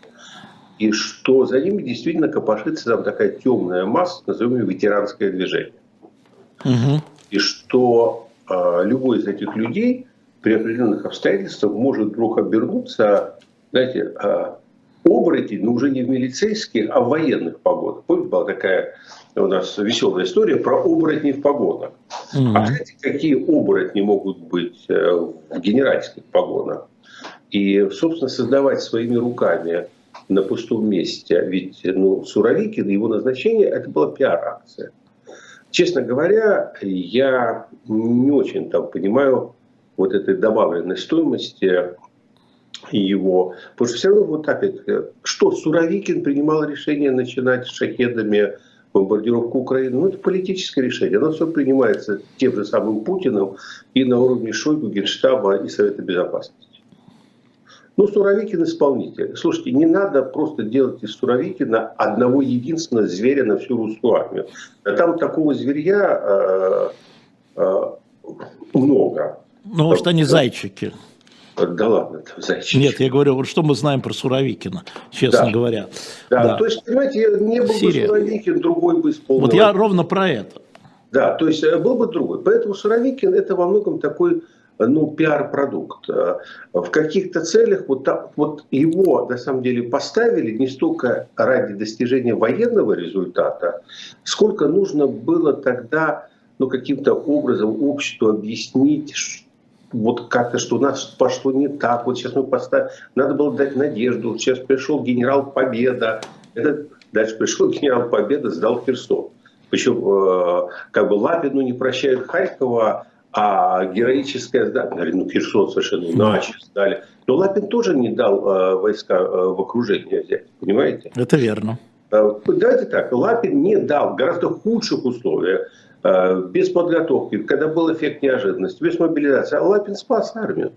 и что за ними действительно копошится там такая темная масса, назовем ее ветеранское движение. Угу. И что э, любой из этих людей при определенных обстоятельствах может вдруг обернуться, знаете, э, оборотень, но уже не в милицейских, а в военных погонах. Помните, была такая у нас веселая история про оборотней в погонах. Mm-hmm. А знаете, какие оборотни могут быть в генеральских погонах? И, собственно, создавать своими руками на пустом месте. Ведь ну, Суровикин, его назначение, это была пиар-акция. Честно говоря, я не очень там понимаю вот этой добавленной стоимости его. Потому что все равно вот так, что Суровикин принимал решение начинать с шахедами бомбардировку Украины. Ну, это политическое решение. Оно все принимается тем же самым Путиным и на уровне Шойгу, Генштаба и Совета Безопасности. Ну, Суровикин исполнитель. Слушайте, не надо просто делать из Суровикина одного единственного зверя на всю русскую армию. Там такого зверя э, э, много. Ну, может, они зайчики. Да ладно, это зайчики. Нет, я говорю, вот что мы знаем про Суровикина, честно да. говоря. Да. Да, то есть, понимаете, не был Сирия. бы Суровикин, другой бы исполнил. Вот я ровно про это. Да, то есть был бы другой. Поэтому Суровикин это во многом такой, ну, пиар-продукт. В каких-то целях вот, так, вот его на самом деле поставили не столько ради достижения военного результата, сколько нужно было тогда, ну, каким-то образом обществу объяснить, вот как-то, что у нас пошло не так, вот сейчас мы поставим, надо было дать надежду, сейчас пришел генерал Победа, это, дальше пришел генерал Победа, сдал Херсон. Причем э, как бы Лапину не прощают Харькова, а героическое здание, ну Херсон совершенно иначе сдали. Но Лапин тоже не дал э, войска э, в окружение взять, понимаете? Это верно. Э, давайте так, Лапин не дал в гораздо худших условиях, без подготовки, когда был эффект неожиданности, без мобилизации. А Лапин спас армию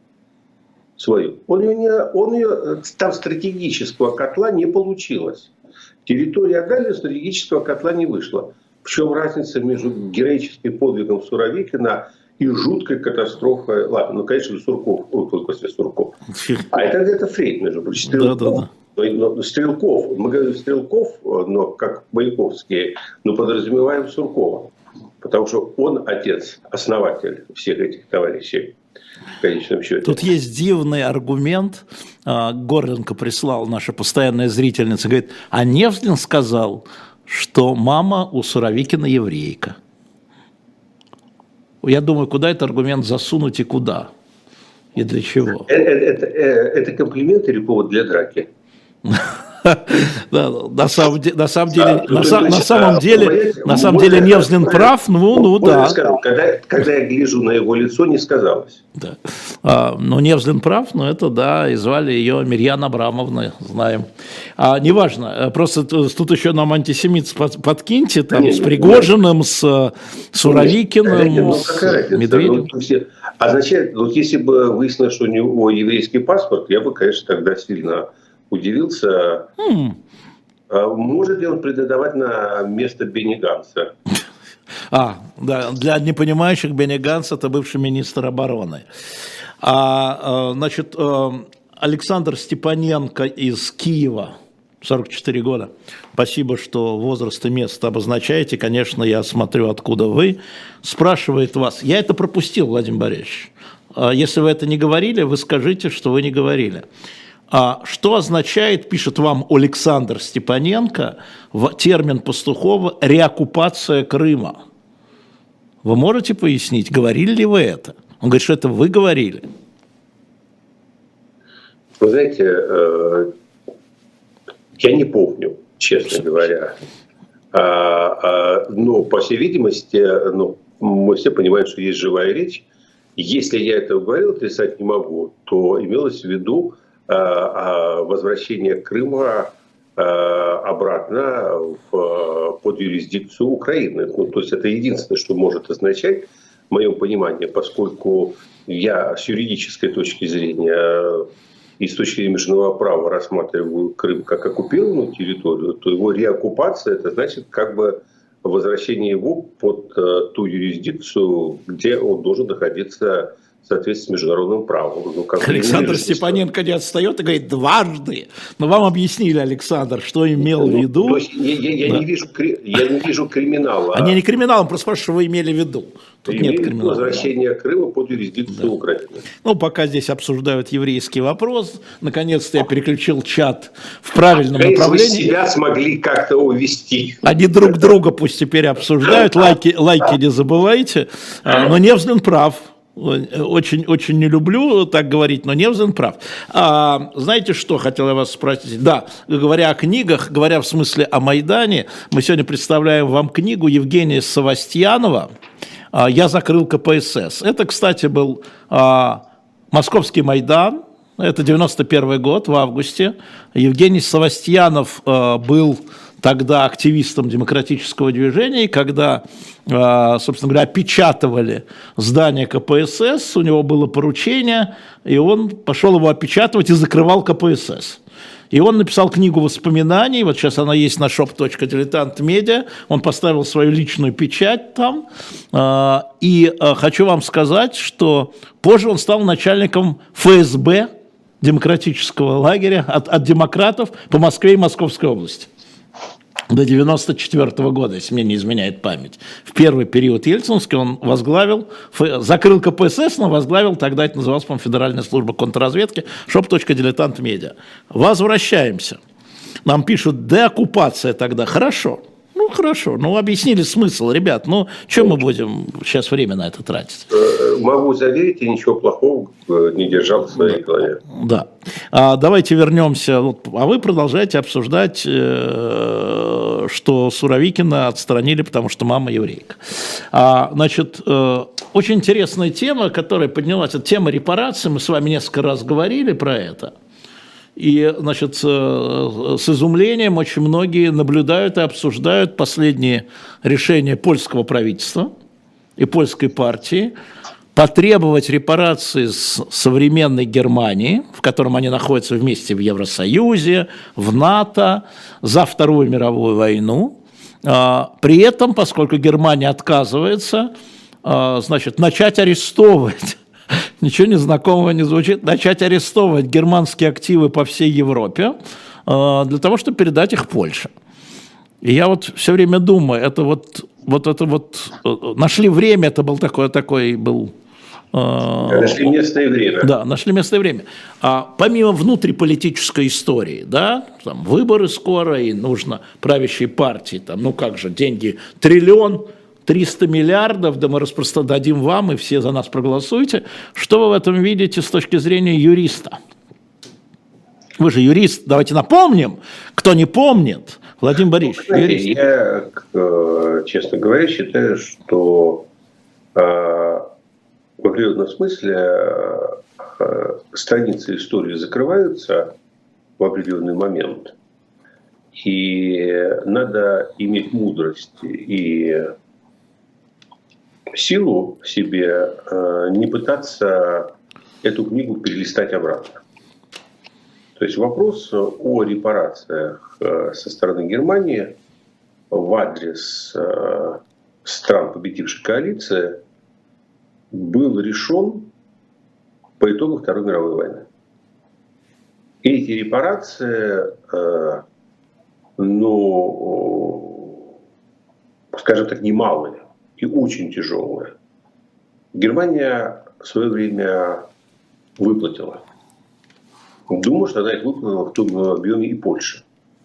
свою. Он ее не, он ее, там стратегического котла не получилось. Территория отдали, стратегического котла не вышло. В чем разница между героическим подвигом Суровикина и жуткой катастрофой Лапина? Ну, конечно, Сурков, ой, только Сурков. А это где-то Фрейд, между прочим, Стрелков. Да, да, да. Но, но, Стрелков, мы говорим Стрелков, но как Маяковские, но подразумеваем Суркова. Потому что он отец, основатель всех этих товарищей, в конечном счете. Тут есть дивный аргумент. Горленко прислал, наша постоянная зрительница, говорит, а Невзлин сказал, что мама у Суровикина еврейка. Я думаю, куда этот аргумент засунуть и куда? И для чего? Это, это, это комплимент или повод для драки? Да, на самом деле, на самом деле, на, на самом деле, на самом деле Невзлин прав, ну, ну да. Когда, когда я гляжу на его лицо, не сказалось. Да. А, ну, Невзлин прав, но это, да, и звали ее Мирьян Абрамовна, знаем. А, неважно, просто тут еще нам антисемит подкиньте, там, нет, с Пригожиным, нет. с Суровикиным, ну, с Медведевым. Ну, все... Означает, вот если бы выяснилось, что у него еврейский паспорт, я бы, конечно, тогда сильно... удивился, mm. может ли он претендовать на место Бенни Ганса? А, да, для непонимающих Бенни Ганс это бывший министр обороны. А, значит, Александр Степаненко из Киева сорок четыре года. Спасибо, что возраст и место обозначаете. Конечно, я смотрю, откуда вы. Спрашивает вас. Я это пропустил, Владимир Борисович. Если вы это не говорили, вы скажите, что вы не говорили. А что означает, пишет вам Александр Степаненко, в термин Пастухова «реоккупация Крыма»? Вы можете пояснить, говорили ли вы это? Он говорит, что это вы говорили. Вы знаете, я не помню, честно говоря. Но, по всей видимости, ну, мы все понимаем, что есть живая речь. Если я это говорил, отрицать не могу, то имелось в виду возвращение Крыма обратно в, под юрисдикцию Украины. Ну, то есть это единственное, что может означать, в моем понимании, поскольку я с юридической точки зрения и с точки зрения международного права рассматриваю Крым как оккупированную территорию, то его реоккупация – это значит как бы возвращение его под ту юрисдикцию, где он должен находиться в соответствии с международным правом. Ну, как Александр Степаненко не отстает и говорит дважды. Но вам объяснили, Александр, что имел ну, в виду. То есть я, я, я, да. не вижу, я не вижу криминала. А не, не криминал, он просто спрашивает, что вы имели в виду. Тут нет криминала. Возвращение Крыма под юрисдикцию да. Украины. Ну, пока здесь обсуждают еврейский вопрос, наконец-то я переключил чат в правильном Конечно, направлении. Вы себя смогли как-то увести. Они друг друга пусть теперь обсуждают. Лайки, лайки не забывайте. Но Невзлин прав. Очень, очень не люблю так говорить, но Невзлин прав. А, знаете, что хотел я вас спросить? Да, говоря о книгах, говоря в смысле о Майдане, мы сегодня представляем вам книгу Евгения Савастьянова «Я закрыл ка пэ эс эс». Это, кстати, был а, Московский Майдан, это девяносто первый год, в августе. Евгений Савастьянов а, был тогда активистом демократического движения, и когда, собственно говоря, опечатывали здание ка пэ эс эс, у него было поручение, и он пошел его опечатывать и закрывал ка пэ эс эс. И он написал книгу воспоминаний, вот сейчас она есть на шоп точка дилетант медиа, он поставил свою личную печать там, и хочу вам сказать, что позже он стал начальником эф эс бэ, демократического лагеря, от, от демократов по Москве и Московской области. До девяносто четвёртого года, если мне не изменяет память. В первый период ельцинский он возглавил, закрыл ка пэ эс эс, но возглавил, тогда это называлось, по-моему, Федеральная служба контрразведки, шоп точка дилетант медиа. Возвращаемся. Нам пишут, деоккупация тогда. Хорошо. Ну, хорошо. Ну, объяснили смысл, ребят. Ну, что мы будем сейчас время на это тратить? Могу заверить, я ничего плохого не держал в своей голове. Да. А, давайте вернемся. А вы продолжаете обсуждать, э, что Суровикина отстранили, потому что мама еврейка. А, значит, э, очень интересная тема, которая поднялась, это тема репараций. Мы с вами несколько раз говорили про это. И, значит, с изумлением очень многие наблюдают и обсуждают последние решения польского правительства и польской партии потребовать репарации с современной Германии, в котором они находятся вместе в Евросоюзе, в НАТО, за Вторую мировую войну. При этом, поскольку Германия отказывается, значит, начать арестовывать, ничего не знакомого не звучит, начать арестовывать германские активы по всей Европе для того, чтобы передать их Польше. И я вот все время думаю, это вот, вот это вот, нашли время, это был такой, такой был... Нашли место и время. Да, нашли место и время. А помимо внутриполитической истории, да, там выборы скоро, и нужно правящей партии, там, ну как же, деньги, триллион, триста миллиардов, да мы распространим вам, и все за нас проголосуете. Что вы в этом видите с точки зрения юриста? Вы же юрист, давайте напомним, кто не помнит, Владимир Борисович, ну, юрист. Я, честно говоря, считаю, что э, в определенном смысле э, страницы истории закрываются в определенный момент, и надо иметь мудрость и силу в себе, э, не пытаться эту книгу перелистать обратно. То есть вопрос о репарациях э, со стороны Германии в адрес э, стран, победившей коалиции, был решен по итогам Второй мировой войны. И эти репарации э, но, скажем так, немалые и очень тяжелые. Германия в свое время выплатила. Думаю, что она их выплатила в том объеме и Польша.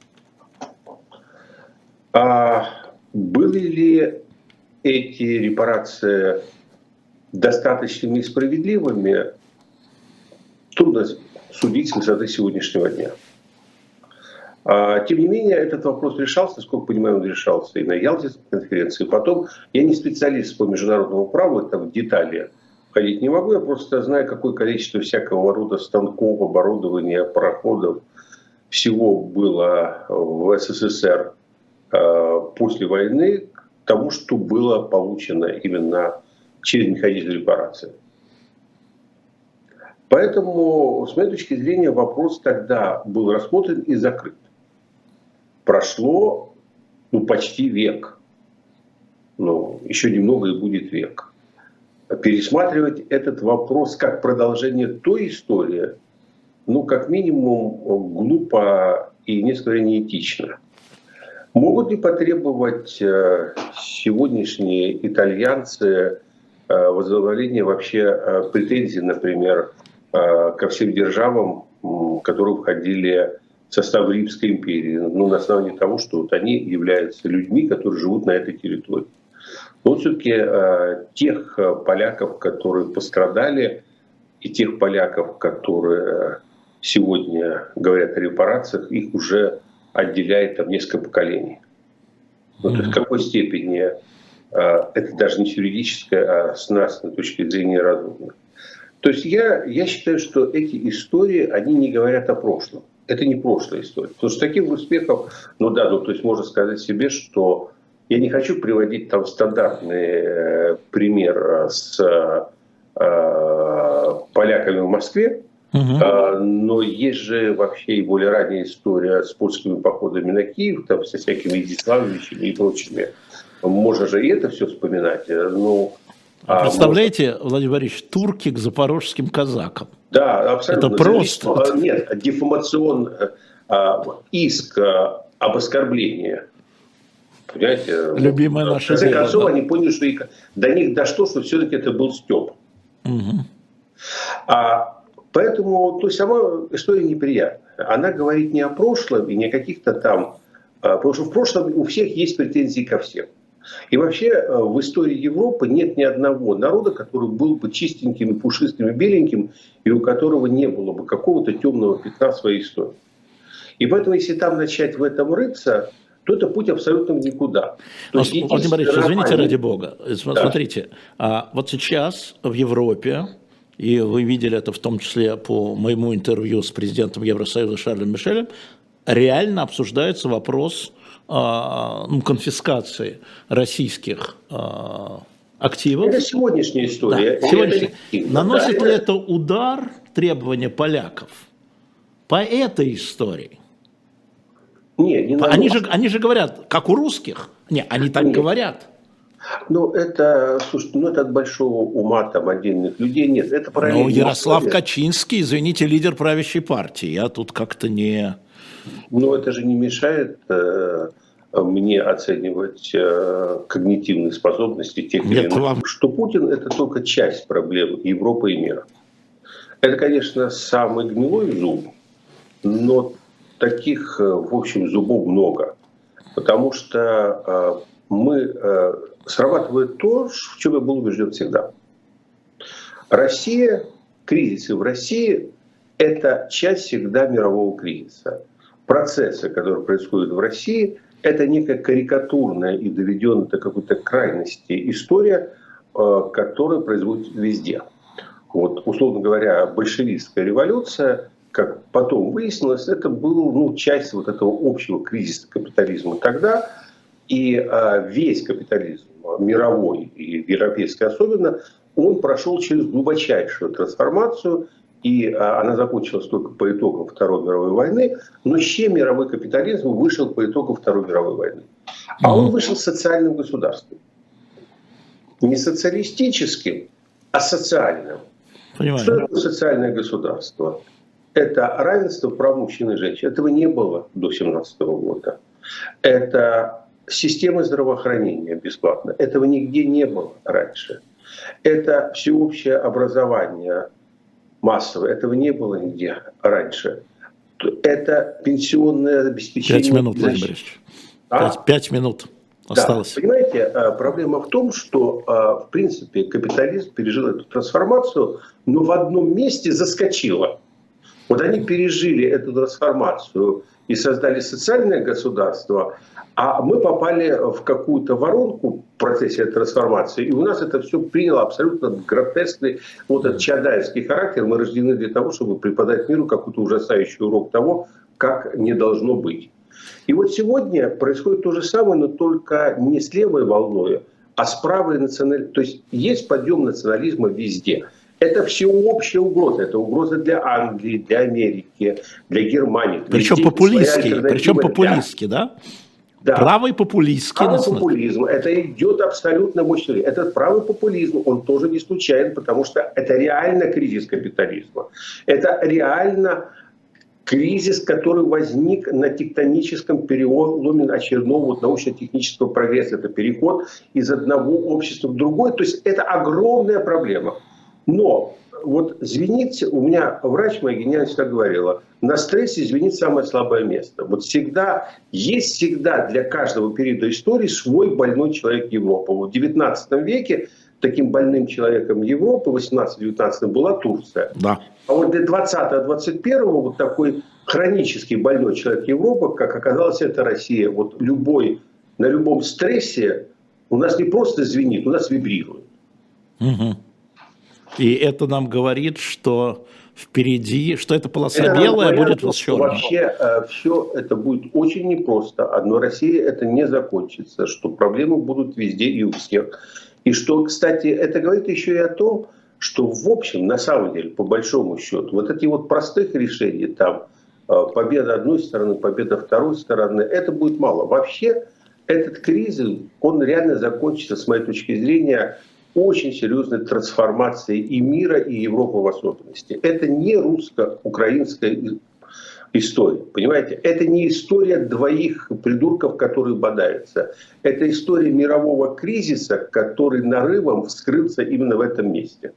А были ли эти репарации достаточными и справедливыми, трудно судить с высоты сегодняшнего дня. А, тем не менее, этот вопрос решался, насколько понимаю, он решался и на Ялтинской конференции. Потом, я не специалист по международному праву, там в детали входить не могу, я просто знаю, какое количество всякого рода станков, оборудования, пароходов, всего было в СССР э, после войны к тому, что было получено именно через механизм репарации. Поэтому, с моей точки зрения, вопрос тогда был рассмотрен и закрыт. Прошло ну, почти век. Ну, еще немного и будет век. Пересматривать этот вопрос как продолжение той истории, ну, как минимум, глупо и несколько неэтично. Могут ли потребовать сегодняшние итальянцы возобновления вообще претензий, например, ко всем державам, которые входили в состав Римской империи, ну, на основании того, что вот они являются людьми, которые живут на этой территории. Но все-таки э, тех поляков, которые пострадали, и тех поляков, которые сегодня говорят о репарациях, их уже отделяет там несколько поколений. Ну, то есть в какой степени э, это даже не с юридической, а с нравственной точки зрения разумно. То есть я, я считаю, что эти истории, они не говорят о прошлом. Это не прошлая история. Потому что таких успехов, ну да, ну то есть можно сказать себе, что я не хочу приводить там стандартный э, пример с э, поляками в Москве, угу. э, но есть же вообще и более ранняя история с польскими походами на Киев, там со всякими Изяславовичами и прочими. Можно же и это все вспоминать. Ну, а представляете, может... Владимир Борисович, турки к запорожским казакам. Да, абсолютно. Это просто. Нет, дефамационный иск об оскорблении. Понимаете? Любимая наша. В конце концов, они поняли, что их, до них дошло, что все-таки это был стёб. Угу. А, поэтому, то есть, сама история неприятная. Она говорит не о прошлом и не о каких-то там... Потому что в прошлом у всех есть претензии ко всем. И вообще в истории Европы нет ни одного народа, который был бы чистеньким, пушистым и беленьким, и у которого не было бы какого-то темного пятна в своей истории. И поэтому, если там начать в этом рыться, то это путь абсолютно в никуда. Но, Владимир Борисович, извините ради бога, смотрите, да. Вот сейчас в Европе, и вы видели это в том числе по моему интервью с президентом Евросоюза Шарлем Мишелем, реально обсуждается вопрос ну, конфискации российских активов. Это сегодняшняя история. Да, сегодняшняя. Наносит да, ли это удар требования поляков по этой истории? Нет, не они, же, они же говорят, как у русских. Не, они так Нет. говорят. Ну, это, слушайте, ну, это от большого ума там отдельных людей. Нет, это параллельно. Ну, Ярослав история. Качинский, извините, лидер правящей партии. Я тут как-то не... Но это же не мешает э, мне оценивать э, когнитивные способности тех или иных. Вам... Что Путин – это только часть проблем Европы и мира. Это, конечно, самый гнилой зуб, но таких, в общем, зубов много. Потому что э, мы, э, срабатывает то, в чем я был убежден всегда. Россия, кризисы в России – это часть всегда мирового кризиса. Процессы, которые происходят в России, это некая карикатурная и доведенная до какой-то крайности история, которая производится везде. Вот, условно говоря, большевистская революция, как потом выяснилось, это была ну, часть вот этого общего кризиса капитализма тогда. И а, весь капитализм, мировой и европейский особенно, он прошел через глубочайшую трансформацию. И она закончилась только по итогам Второй мировой войны, но с чем мировой капитализм вышел по итогам Второй мировой войны? А он вышел социальным государством. Не социалистическим, а социальным. Понимаю. Что это социальное государство? Это равенство прав мужчин и женщин. Этого не было до семнадцатого года. Это система здравоохранения бесплатно. Этого нигде не было раньше. Это всеобщее образование массовое. Этого не было нигде раньше. Это пенсионное обеспечение. Пять минут, Владимир Борисович. А? Пять, пять минут осталось. Да, понимаете, проблема в том, что, в принципе, капитализм пережил эту трансформацию, но в одном месте заскочило. Вот они пережили эту трансформацию и создали социальное государство, а мы попали в какую-то воронку в процессе этой трансформации, и у нас это все приняло абсолютно гротескный, вот этот чадаевский характер. Мы рождены для того, чтобы преподать миру какой-то ужасающий урок того, как не должно быть. И вот сегодня происходит то же самое, но только не с левой волной, а с правой национализмом. То есть есть подъем национализма везде. Это всеобщая угроза. Это угроза для Англии, для Америки, для Германии. Причем популистский, причем популистский, да? Да. Правый популистский. Правый популизм, это идет абсолютно мощно. Этот правый популизм, он тоже не случайен, потому что это реально кризис капитализма. Это реально кризис, который возник на тектоническом переломе очередного вот научно-технического прогресса. Это переход из одного общества в другое. То есть это огромная проблема. Но вот звенит, у меня врач моя гениально всегда говорила, на стрессе звенит самое слабое место. Вот всегда, есть всегда для каждого периода истории свой больной человек Европы. Вот в девятнадцатом веке таким больным человеком Европы, в восемнадцатом-девятнадцатом, была Турция. Да. А вот для двадцатого-двадцать первого вот такой хронический больной человек Европы, как оказалось, это Россия. Вот любой, на любом стрессе у нас не просто звенит, у нас вибрирует. Угу. И это нам говорит, что впереди, что эта полоса это белая говорят, будет черной. Вообще э, все это будет очень непросто. Одной России это не закончится, что проблемы будут везде и у всех. И что, кстати, это говорит еще и о том, что в общем, на самом деле, по большому счету, вот эти вот простых решений, там, э, победа одной стороны, победа второй стороны, это будет мало. Вообще этот кризис, он реально закончится, с моей точки зрения, очень серьезной трансформацией и мира, и Европы в особенности. Это не русско-украинская история, понимаете? Это не история двоих придурков, которые бодаются. Это история мирового кризиса, который нарывом вскрылся именно в этом месте.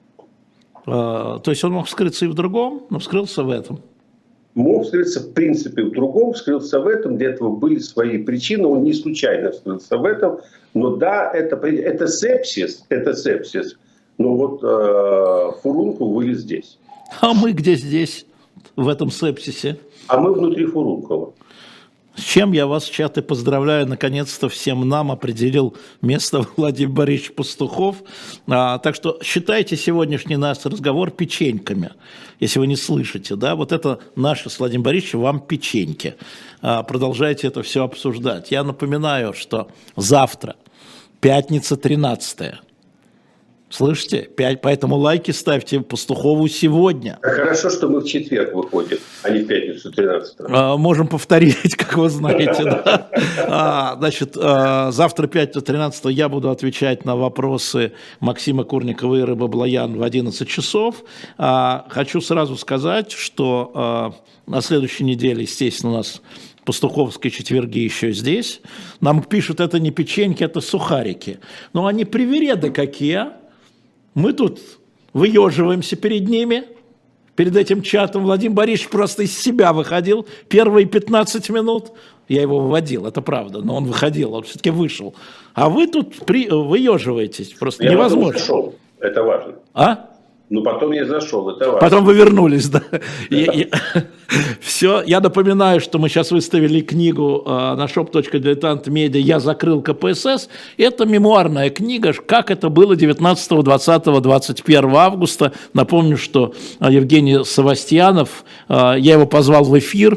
А, то есть он мог вскрыться и в другом, но вскрылся в этом? Мог вскрыться в принципе в другом, вскрылся в этом. Для этого были свои причины. Он не случайно вскрылся в этом. Но да, это, это сепсис, это сепсис. Но вот э, фурункул вылез здесь. А мы где здесь, в этом сепсисе? А мы внутри фурункула. С чем я вас, чат, и поздравляю. Наконец-то всем нам определил место Владимир Борисович Пастухов. А, так что считайте сегодняшний наш разговор печеньками, если вы не слышите. Да? Вот это наши с Владимиром Борисовичем вам печеньки. А, продолжайте это все обсуждать. Я напоминаю, что завтра, пятница тринадцатое. Слышите? Пять, поэтому лайки ставьте Пастухову сегодня. Хорошо, что мы в четверг выходим, а не в пятницу тринадцатого. А, можем повторить, как вы знаете. Да? А, значит, а, завтра, пятница тринадцатого, я буду отвечать на вопросы Максима Курникова и Иры Баблоян в одиннадцать часов. А, хочу сразу сказать, что а, на следующей неделе, естественно, у нас пастуховские четверги еще здесь. Нам пишут, это не печеньки, это сухарики. Но они привереды какие. Мы тут выеживаемся перед ними, перед этим чатом. Владимир Борисович просто из себя выходил первые пятнадцать минут. Я его выводил, это правда, но он выходил, он все-таки вышел. А вы тут при... выеживаетесь, просто я невозможно. Я зашел, это важно. А? Ну, потом я зашел, это важно. Потом вы вернулись, да. Я, я, все, я напоминаю, что мы сейчас выставили книгу э, на шоп точка дилетант медиа «Я закрыл ка пэ эс эс». Это мемуарная книга, как это было девятнадцатого, двадцатого, двадцать первого августа. Напомню, что э, Евгений Савастьянов, э, я его позвал в эфир.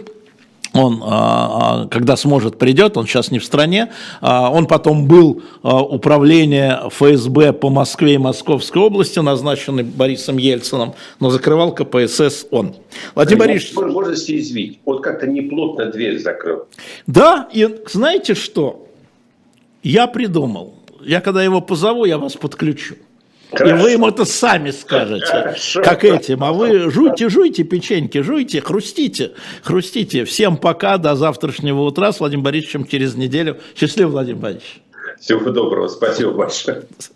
Он, когда сможет, придет, он сейчас не в стране. Он потом был управление эф эс бэ по Москве и Московской области, назначенный Борисом Ельциным, но закрывал ка пэ эс эс он. Владимир Борисович... Можно съязвить, он как-то неплотно дверь закрыл. Да, и знаете что? Я придумал. Я когда его позову, я вас подключу. Хорошо. И вы ему это сами скажете, Хорошо. как этим. А вы жуйте, жуйте печеньки, жуйте, хрустите, хрустите. Всем пока, до завтрашнего утра. С Владимиром Борисовичем через неделю. Счастливо, Владимир Борисович. Всего доброго, спасибо большое.